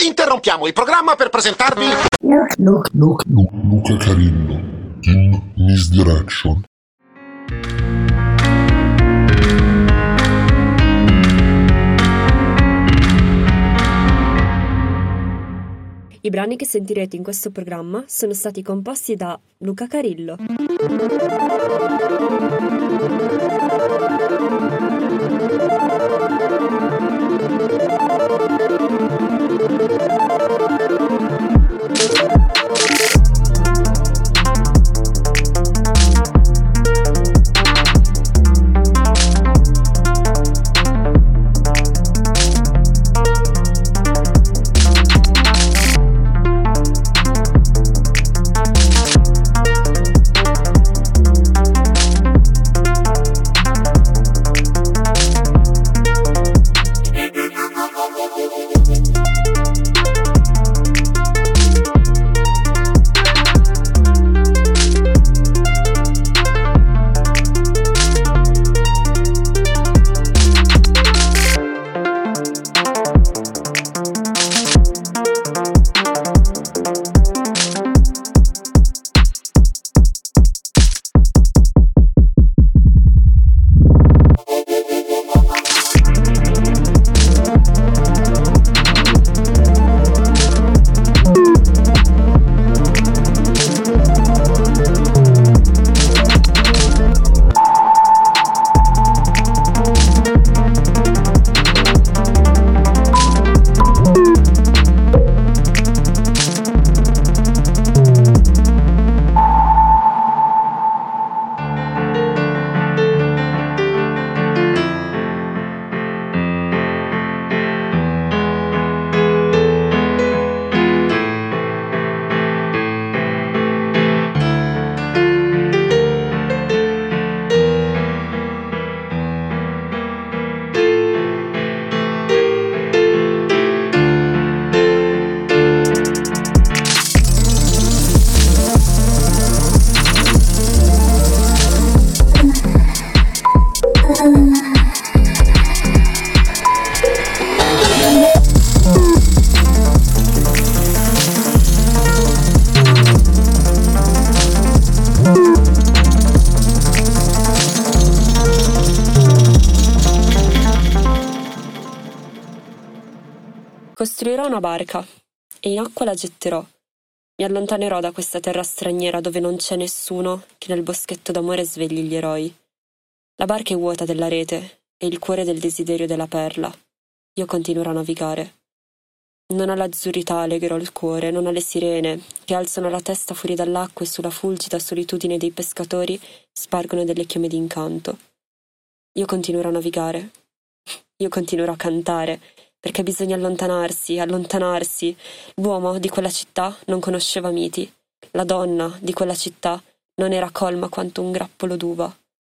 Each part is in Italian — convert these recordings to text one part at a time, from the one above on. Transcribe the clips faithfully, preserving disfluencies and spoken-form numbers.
Interrompiamo il programma per presentarvi Luca, Luca, Luca, Luca Carillo in Misdirection. I brani che sentirete in questo programma sono stati composti da Luca Carillo. Costruirò una barca e in acqua la getterò. Mi allontanerò da questa terra straniera dove non c'è nessuno che nel boschetto d'amore svegli gli eroi. La barca è vuota della rete e il cuore del desiderio della perla. Io continuerò a navigare. Non all'azzurrità legherò il cuore, non alle sirene che alzano la testa fuori dall'acqua e sulla fulgida solitudine dei pescatori spargono delle chiome d'incanto. Io continuerò a navigare. Io continuerò a cantare. Perché bisogna allontanarsi, allontanarsi. L'uomo di quella città non conosceva miti. La donna di quella città non era colma quanto un grappolo d'uva.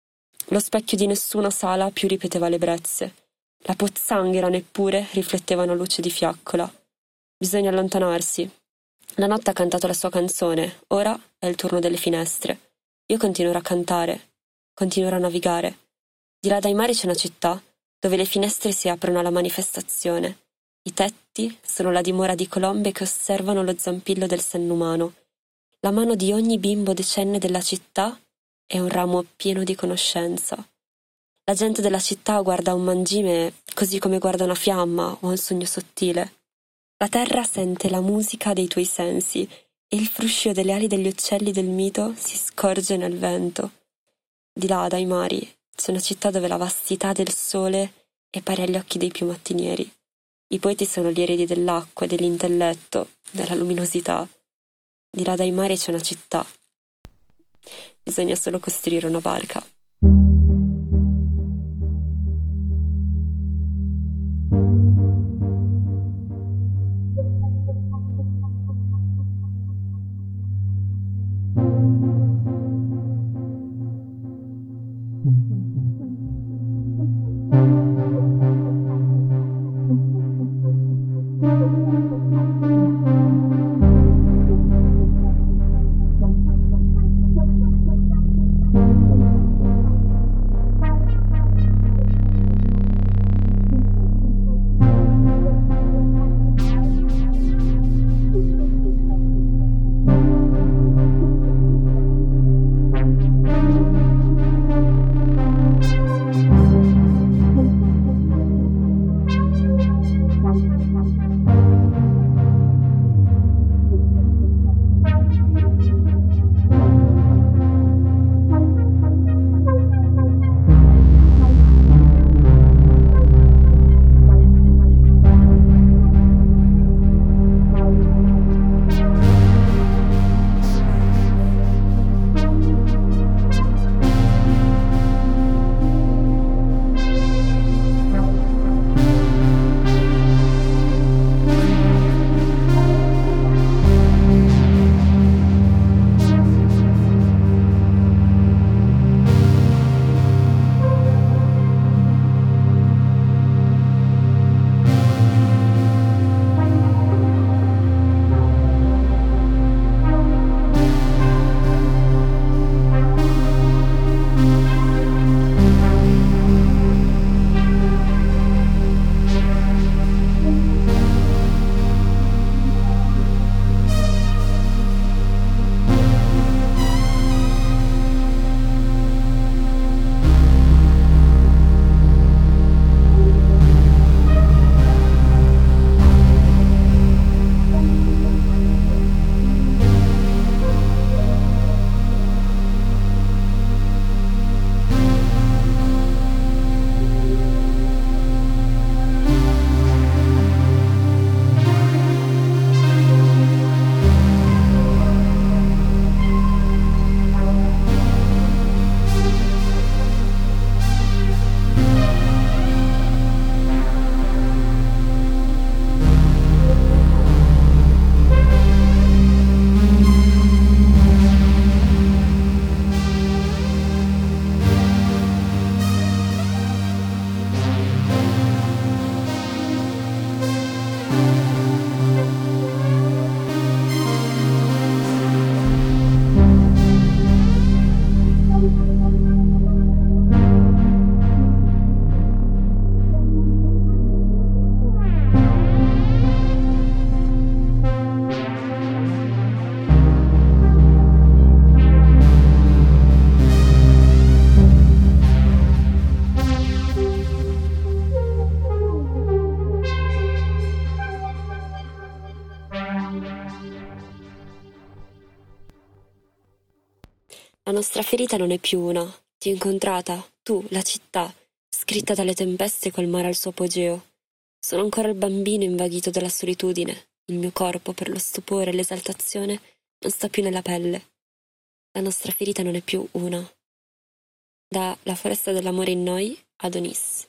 Lo specchio di nessuna sala più ripeteva le brezze. La pozzanghera neppure rifletteva una luce di fiaccola. Bisogna allontanarsi. La notte ha cantato la sua canzone, ora è il turno delle finestre. Io continuerò a cantare, continuerò a navigare. Di là dai mari c'è una città dove le finestre si aprono alla manifestazione. I tetti sono la dimora di colombe che osservano lo zampillo del senno umano. La mano di ogni bimbo decenne della città è un ramo pieno di conoscenza. La gente della città guarda un mangime così come guarda una fiamma o un sogno sottile. La terra sente la musica dei tuoi sensi e il fruscio delle ali degli uccelli del mito si scorge nel vento. Di là dai mari c'è una città dove la vastità del sole è pari agli occhi dei più mattinieri. I poeti sono gli eredi dell'acqua e dell'intelletto, della luminosità. Di là dai mari c'è una città. Bisogna solo costruire una barca. La nostra ferita non è più una. Ti ho incontrata, tu, la città, scritta dalle tempeste col mare al suo apogeo. Sono ancora il bambino invaghito dalla solitudine. Il mio corpo, per lo stupore e l'esaltazione, non sta più nella pelle. La nostra ferita non è più una. Da La foresta dell'amore in noi, Adonis.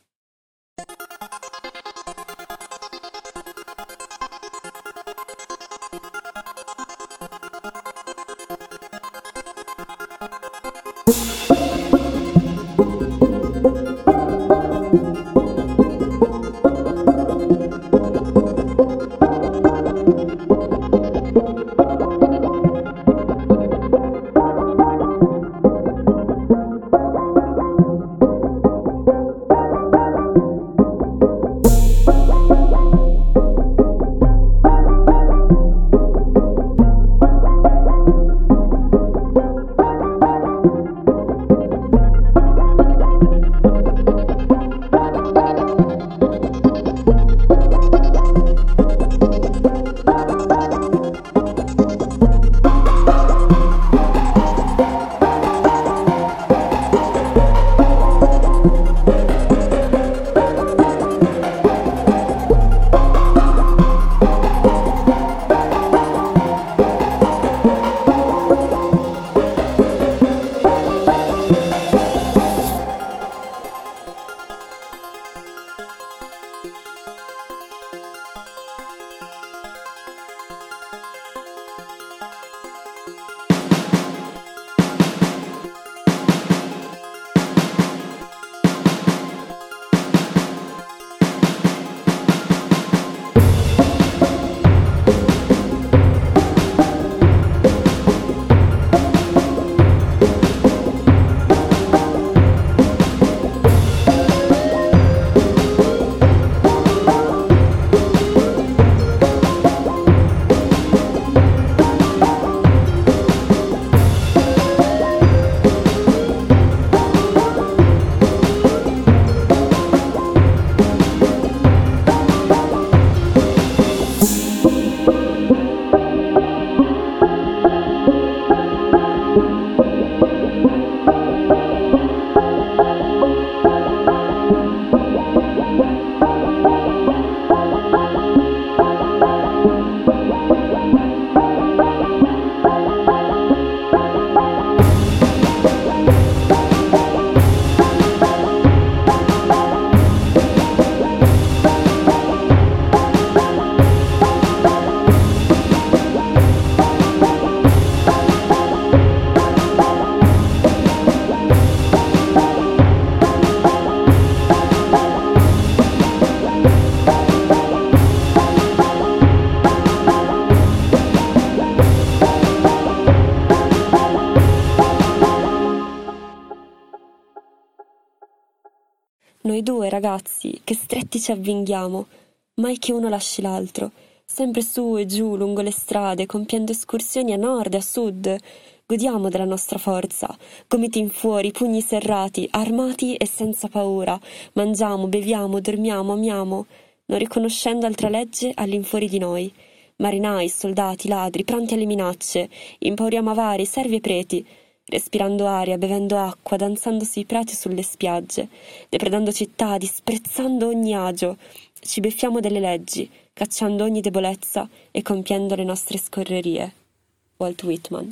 Noi due ragazzi che stretti ci avvinghiamo, mai che uno lasci l'altro, sempre su e giù lungo le strade, compiendo escursioni a nord e a sud. Godiamo della nostra forza, gomiti in fuori, pugni serrati, armati e senza paura. Mangiamo, beviamo, dormiamo, amiamo, non riconoscendo altra legge all'infuori di noi. Marinai, soldati, ladri, pronti alle minacce, impauriamo avari, servi e preti, respirando aria, bevendo acqua, danzando sui prati e sulle spiagge, depredando città, disprezzando ogni agio. Ci beffiamo delle leggi, cacciando ogni debolezza e compiendo le nostre scorrerie. Walt Whitman.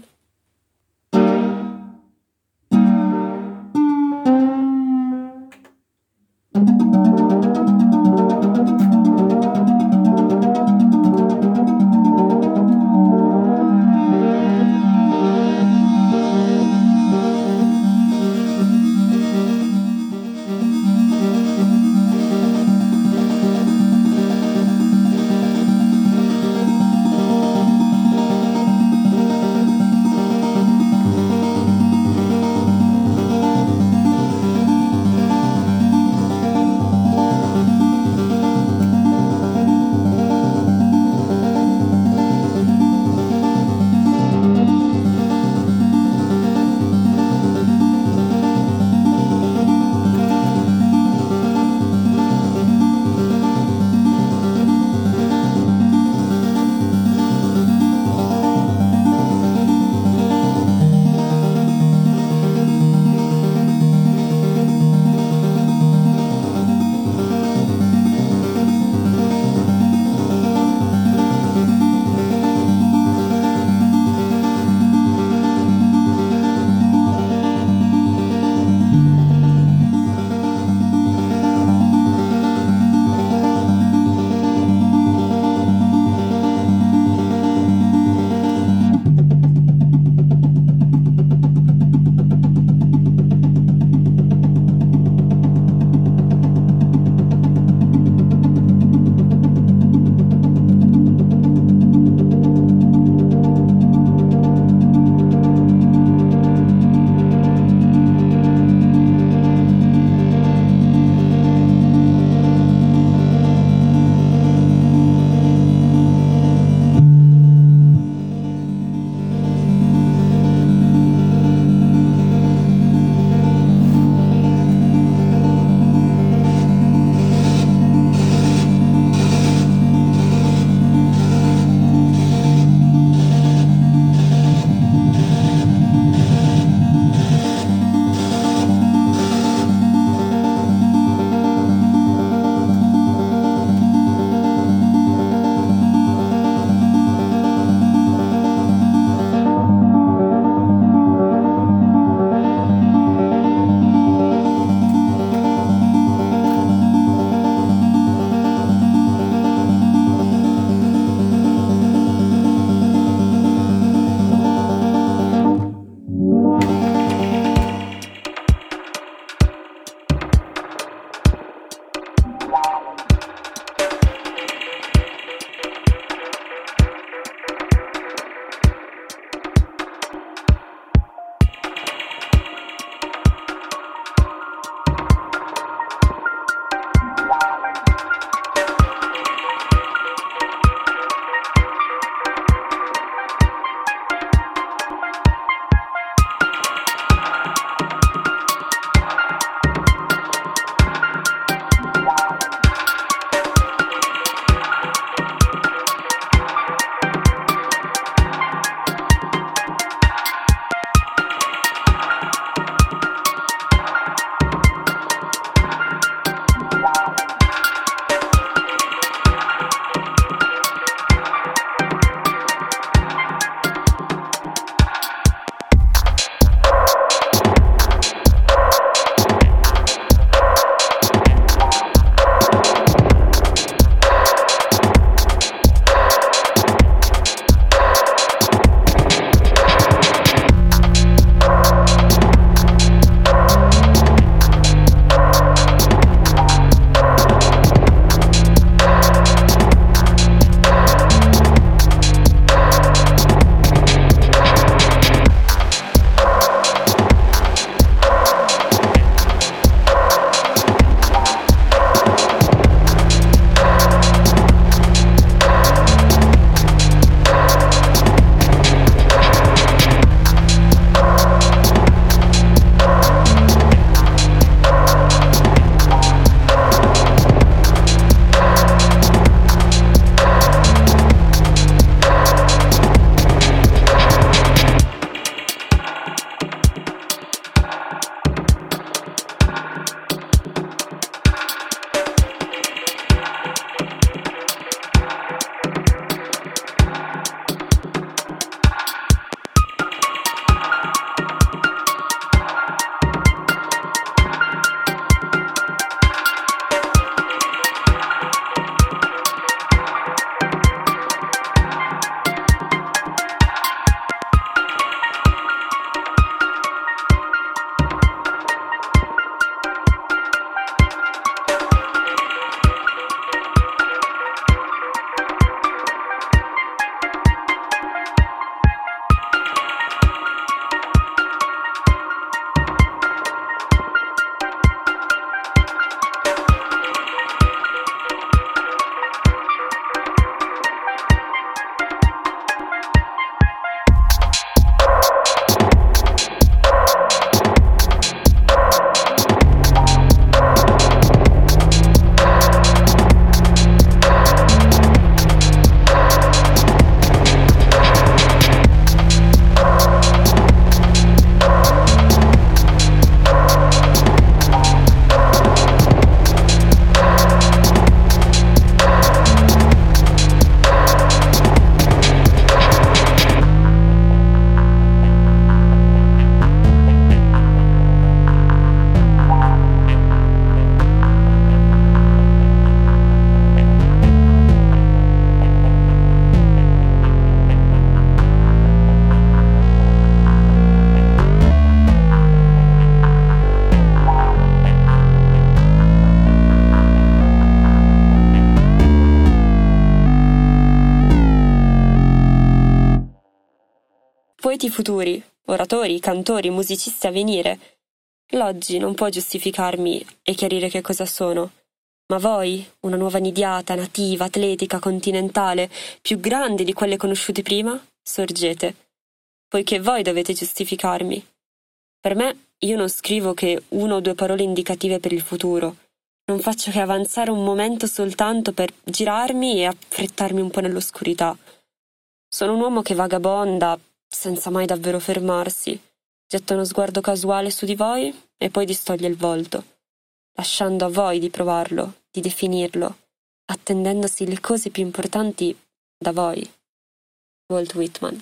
poeti futuri, oratori, cantori, musicisti a venire. L'oggi non può giustificarmi e chiarire che cosa sono, ma voi, una nuova nidiata, nativa, atletica, continentale, più grande di quelle conosciute prima, sorgete, poiché voi dovete giustificarmi. Per me, io non scrivo che una o due parole indicative per il futuro, non faccio che avanzare un momento soltanto per girarmi e affrettarmi un po' nell'oscurità. Sono un uomo che vagabonda, senza mai davvero fermarsi, getta uno sguardo casuale su di voi e poi distoglie il volto, lasciando a voi di provarlo, di definirlo, attendendosi le cose più importanti da voi. Walt Whitman.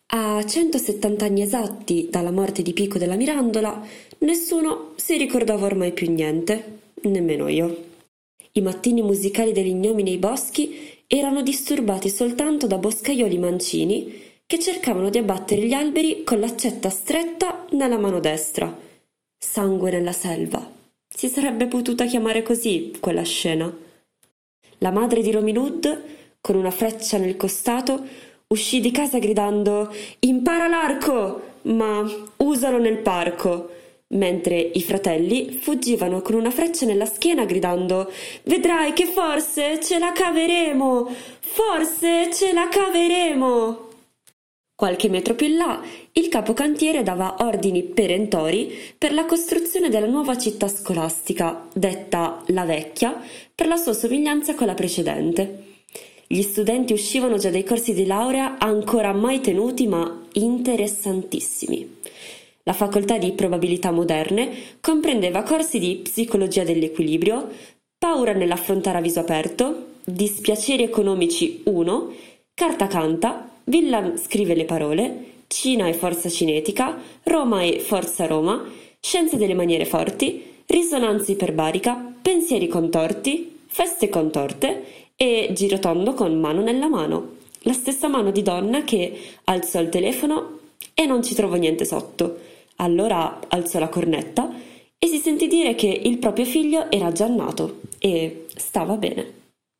A centosettanta anni esatti dalla morte di Pico della Mirandola, nessuno si ricordava ormai più niente, nemmeno io. I mattini musicali degli gnomi nei boschi erano disturbati soltanto da boscaioli mancini che cercavano di abbattere gli alberi con l'accetta stretta nella mano destra. Sangue nella selva. Si sarebbe potuta chiamare così quella scena. La madre di Robin Hood, con una freccia nel costato, uscì di casa gridando «Impara l'arco, ma usalo nel parco», mentre i fratelli fuggivano con una freccia nella schiena gridando «Vedrai che forse ce la caveremo! Forse ce la caveremo!» Qualche metro più in là, il capocantiere dava ordini perentori per la costruzione della nuova città scolastica, detta La Vecchia, per la sua somiglianza con la precedente. Gli studenti uscivano già dai corsi di laurea ancora mai tenuti ma interessantissimi. La facoltà di probabilità moderne comprendeva corsi di psicologia dell'equilibrio, paura nell'affrontare a viso aperto, dispiaceri economici uno, carta canta, Villan scrive le parole, Cina e forza cinetica, Roma e forza Roma, scienze delle maniere forti, risonanza iperbarica, pensieri contorti, feste contorte e girotondo con mano nella mano, la stessa mano di donna che alzò il telefono e non ci trovò niente sotto. Allora alzò la cornetta e si sentì dire che il proprio figlio era già nato e stava bene.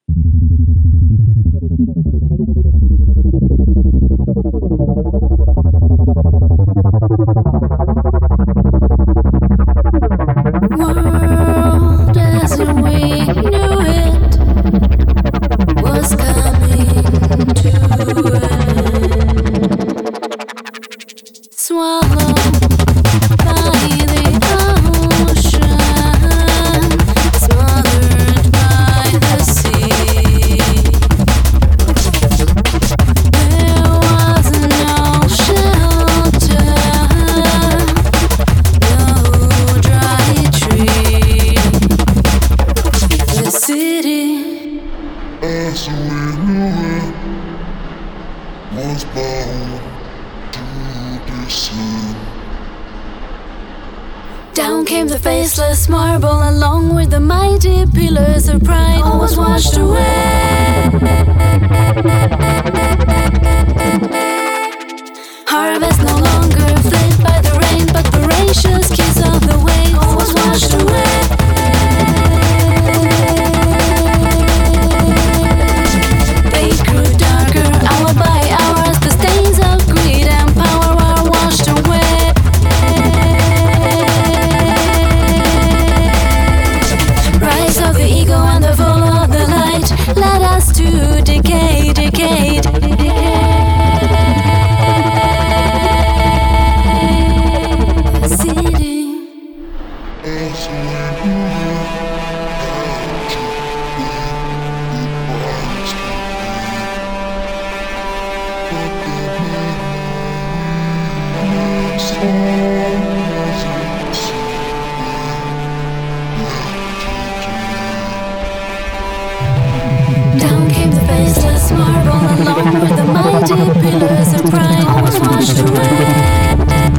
World as we knew it was coming to an end. Swallowed by the ocean, smothered by the sea. There was no shelter, no dry tree. The city, as we knew it, was bound to descend. down came the faceless marble, along with the mighty pillars of pride. All was washed away. Harvest no longer fed by the rain, but voracious kiss of the waves. All was washed away. Fate grew darker hour by hour as the stains of greed and power were washed away. Rise of the ego and the fall of the light led us to decay, decay, decay. City. As we knew it, had to be, it was to be. But the memories always exist. Down came the faceless marble, along with the mighty pillars of pride. All was washed away.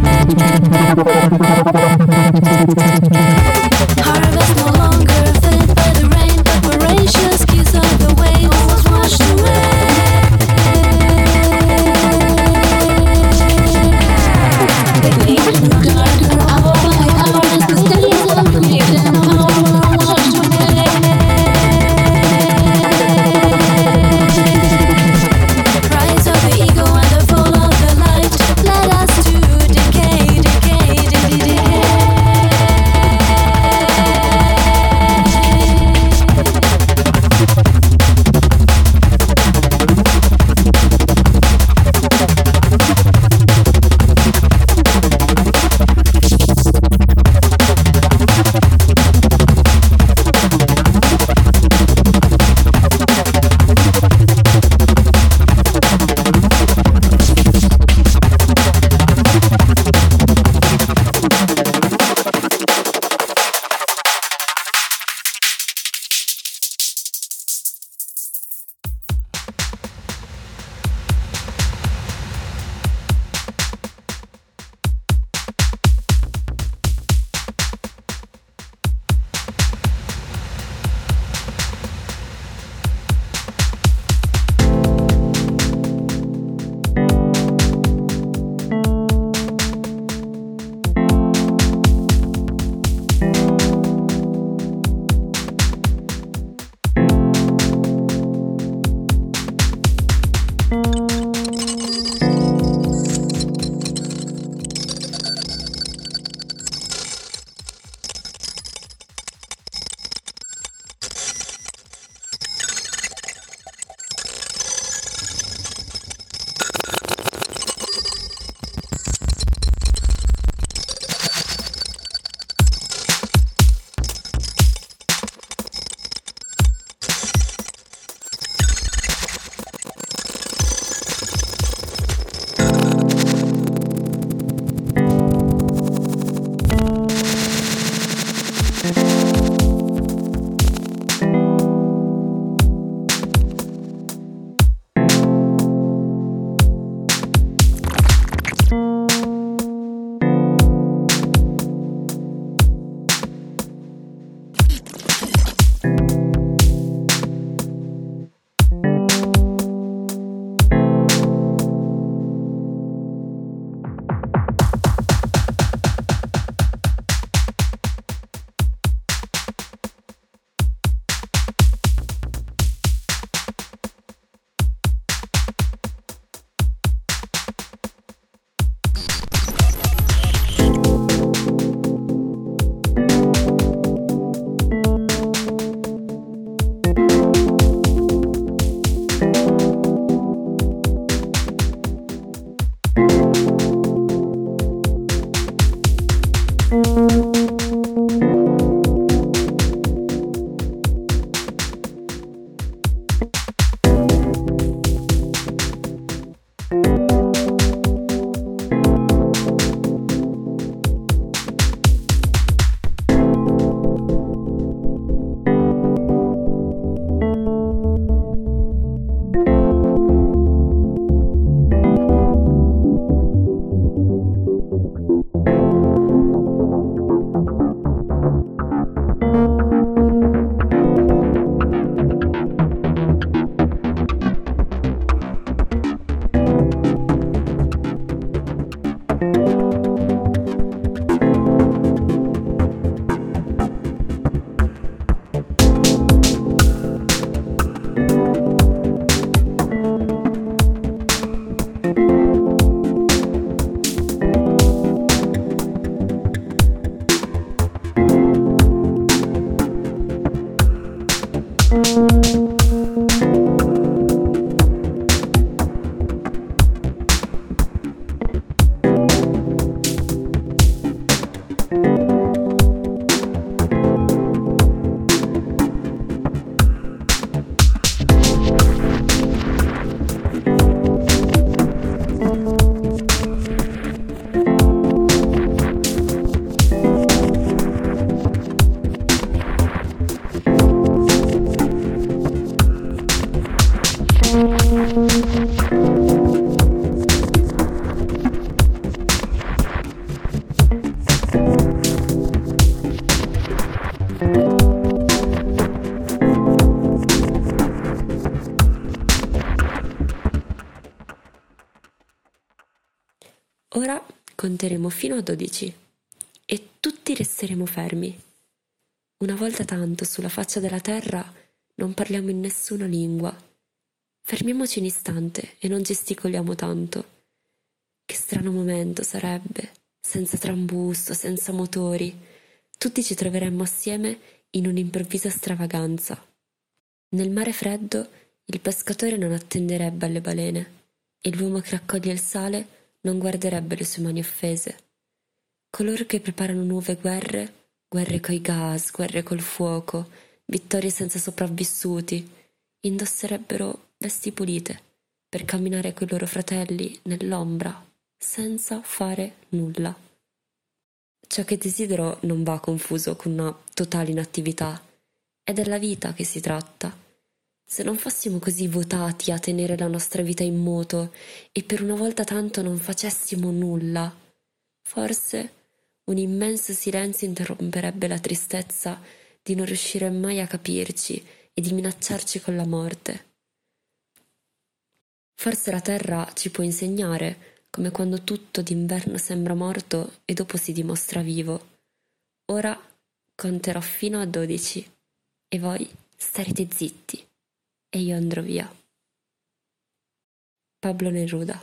Harvest no longer fed by the rain, but voracious kiss of the waves. All was washed away. The gleam grew darker hour by hour as the stains of greed and power were washed away. Rise of the ego and the fall of the light led us to decay, decay, decay, decay. Ora conteremo fino a dodici e tutti resteremo fermi. Una volta tanto sulla faccia della terra non parliamo in nessuna lingua. Fermiamoci un istante e non gesticoliamo tanto. Che strano momento sarebbe, senza trambusto, senza motori. Tutti ci troveremmo assieme in un'improvvisa stravaganza. Nel mare freddo il pescatore non attenderebbe alle balene e l'uomo che raccoglie il sale non guarderebbe le sue mani offese. Coloro che preparano nuove guerre, guerre coi gas, guerre col fuoco, vittorie senza sopravvissuti, indosserebbero vesti pulite per camminare coi loro fratelli nell'ombra, senza fare nulla. Ciò che desidero non va confuso con una totale inattività. È della vita che si tratta. Se non fossimo così votati a tenere la nostra vita in moto e per una volta tanto non facessimo nulla, forse un immenso silenzio interromperebbe la tristezza di non riuscire mai a capirci e di minacciarci con la morte. Forse la terra ci può insegnare come quando tutto d'inverno sembra morto e dopo si dimostra vivo. Ora conterò fino a dodici e voi starete zitti e io andrò via. Pablo Neruda.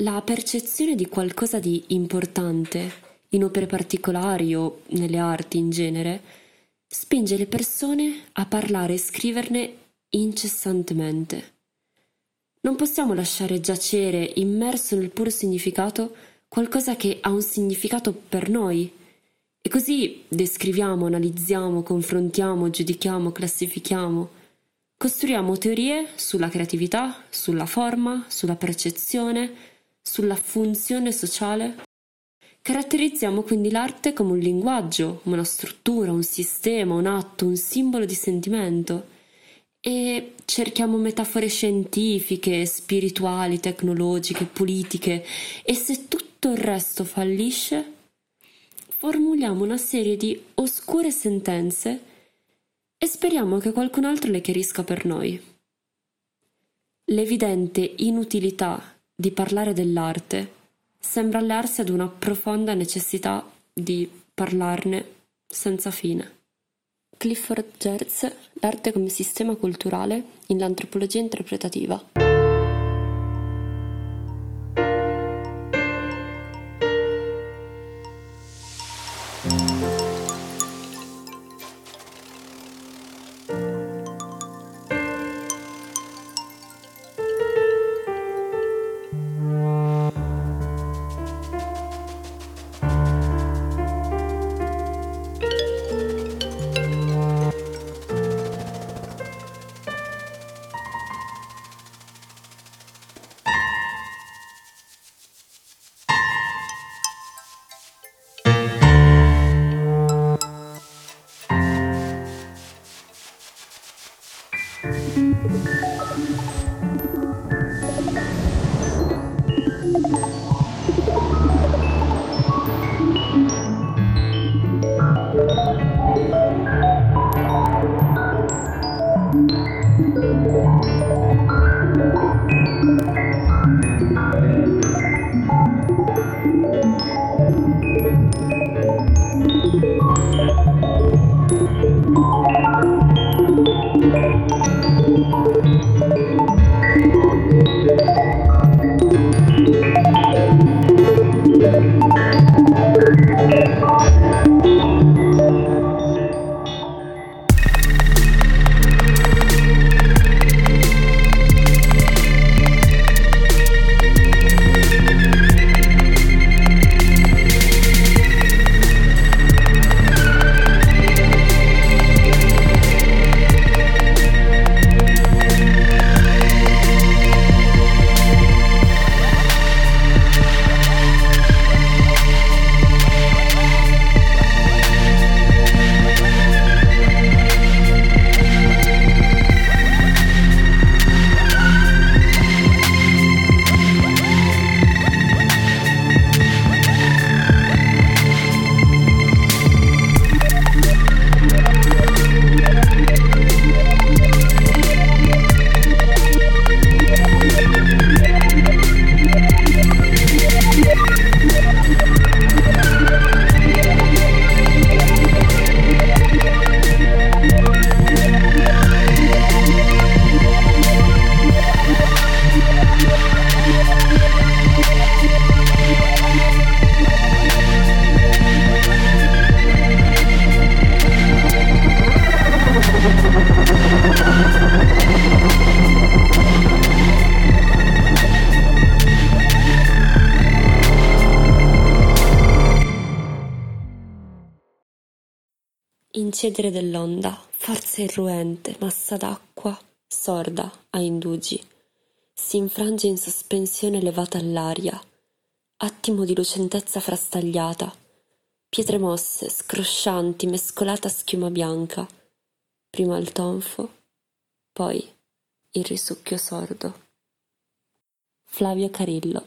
La percezione di qualcosa di importante in opere particolari o nelle arti in genere spinge le persone a parlare e scriverne incessantemente. Non possiamo lasciare giacere, immerso nel puro significato, qualcosa che ha un significato per noi. E così descriviamo, analizziamo, confrontiamo, giudichiamo, classifichiamo. Costruiamo teorie sulla creatività, sulla forma, sulla percezione, sulla funzione sociale. Caratterizziamo quindi l'arte come un linguaggio, una struttura, un sistema, un atto, un simbolo di sentimento e cerchiamo metafore scientifiche, spirituali, tecnologiche, politiche e se tutto il resto fallisce, formuliamo una serie di oscure sentenze e speriamo che qualcun altro le chiarisca per noi. L'evidente inutilità di parlare dell'arte sembra allearsi ad una profonda necessità di parlarne senza fine. Clifford Geertz, l'arte come sistema culturale in l'antropologia interpretativa. Incedere dell'onda, forza irruente, massa d'acqua, sorda a indugi, si infrange in sospensione elevata all'aria, attimo di lucentezza frastagliata, pietre mosse, scroscianti, mescolata a schiuma bianca, prima il tonfo, poi il risucchio sordo. Flavio Carillo.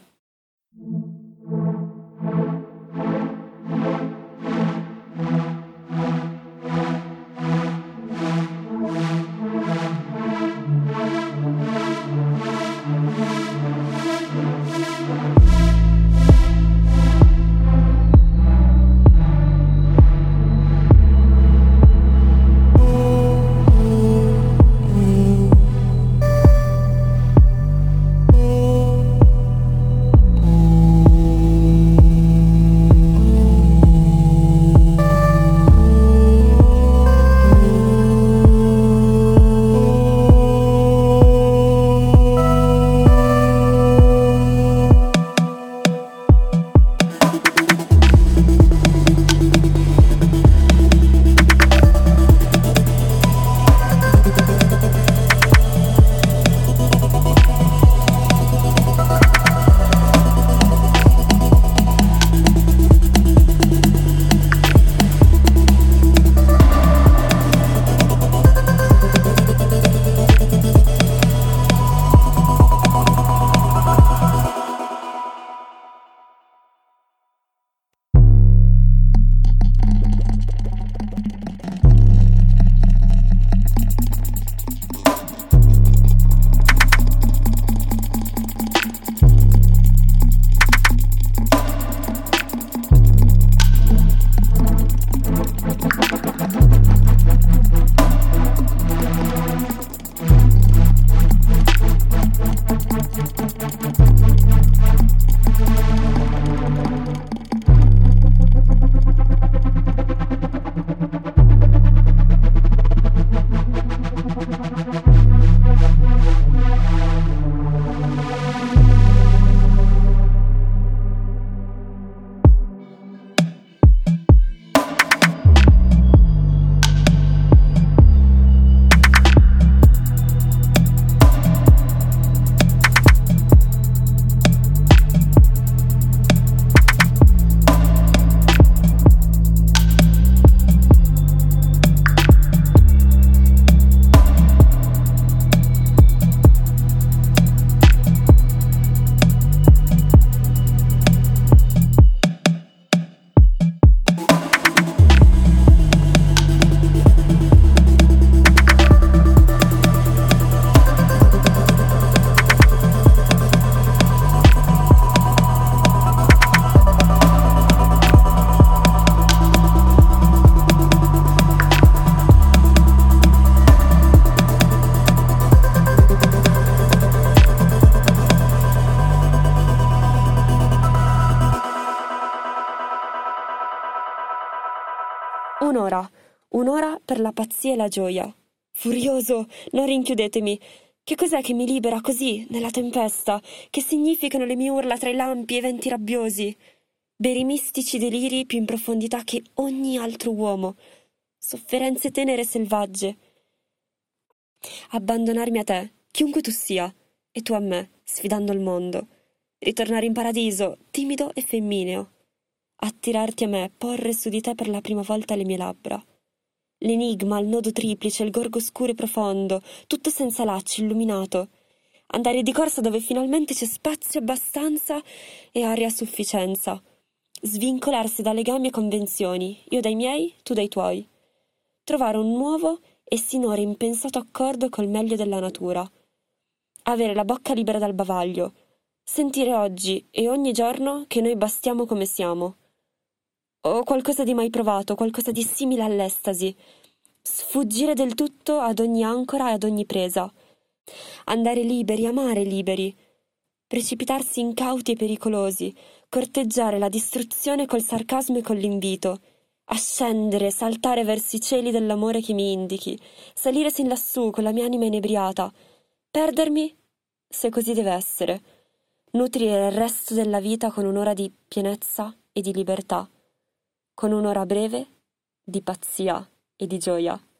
Un'ora per la pazzia e la gioia. Furioso, non rinchiudetemi. Che cos'è che mi libera così, nella tempesta? Che significano le mie urla tra i lampi e venti rabbiosi? Veri mistici deliri più in profondità che ogni altro uomo. Sofferenze tenere e selvagge. Abbandonarmi a te, chiunque tu sia, e tu a me, sfidando il mondo. Ritornare in paradiso, timido e femmineo. Attirarti a me, porre su di te per la prima volta le mie labbra. L'enigma, il nodo triplice, il gorgo scuro e profondo, tutto senza lacci, illuminato. Andare di corsa dove finalmente c'è spazio abbastanza e aria a sufficienza. Svincolarsi da legami e convenzioni, io dai miei, tu dai tuoi. Trovare un nuovo e sinora impensato accordo col meglio della natura. Avere la bocca libera dal bavaglio. Sentire oggi e ogni giorno che noi bastiamo come siamo. O qualcosa di mai provato, qualcosa di simile all'estasi. Sfuggire del tutto ad ogni ancora e ad ogni presa. Andare liberi, amare liberi. Precipitarsi incauti e pericolosi. Corteggiare la distruzione col sarcasmo e con l'invito. Ascendere, saltare verso i cieli dell'amore che mi indichi. Salire sin lassù con la mia anima inebriata. Perdermi, se così deve essere. Nutrire il resto della vita con un'ora di pienezza e di libertà. Con un'ora breve di pazzia e di gioia.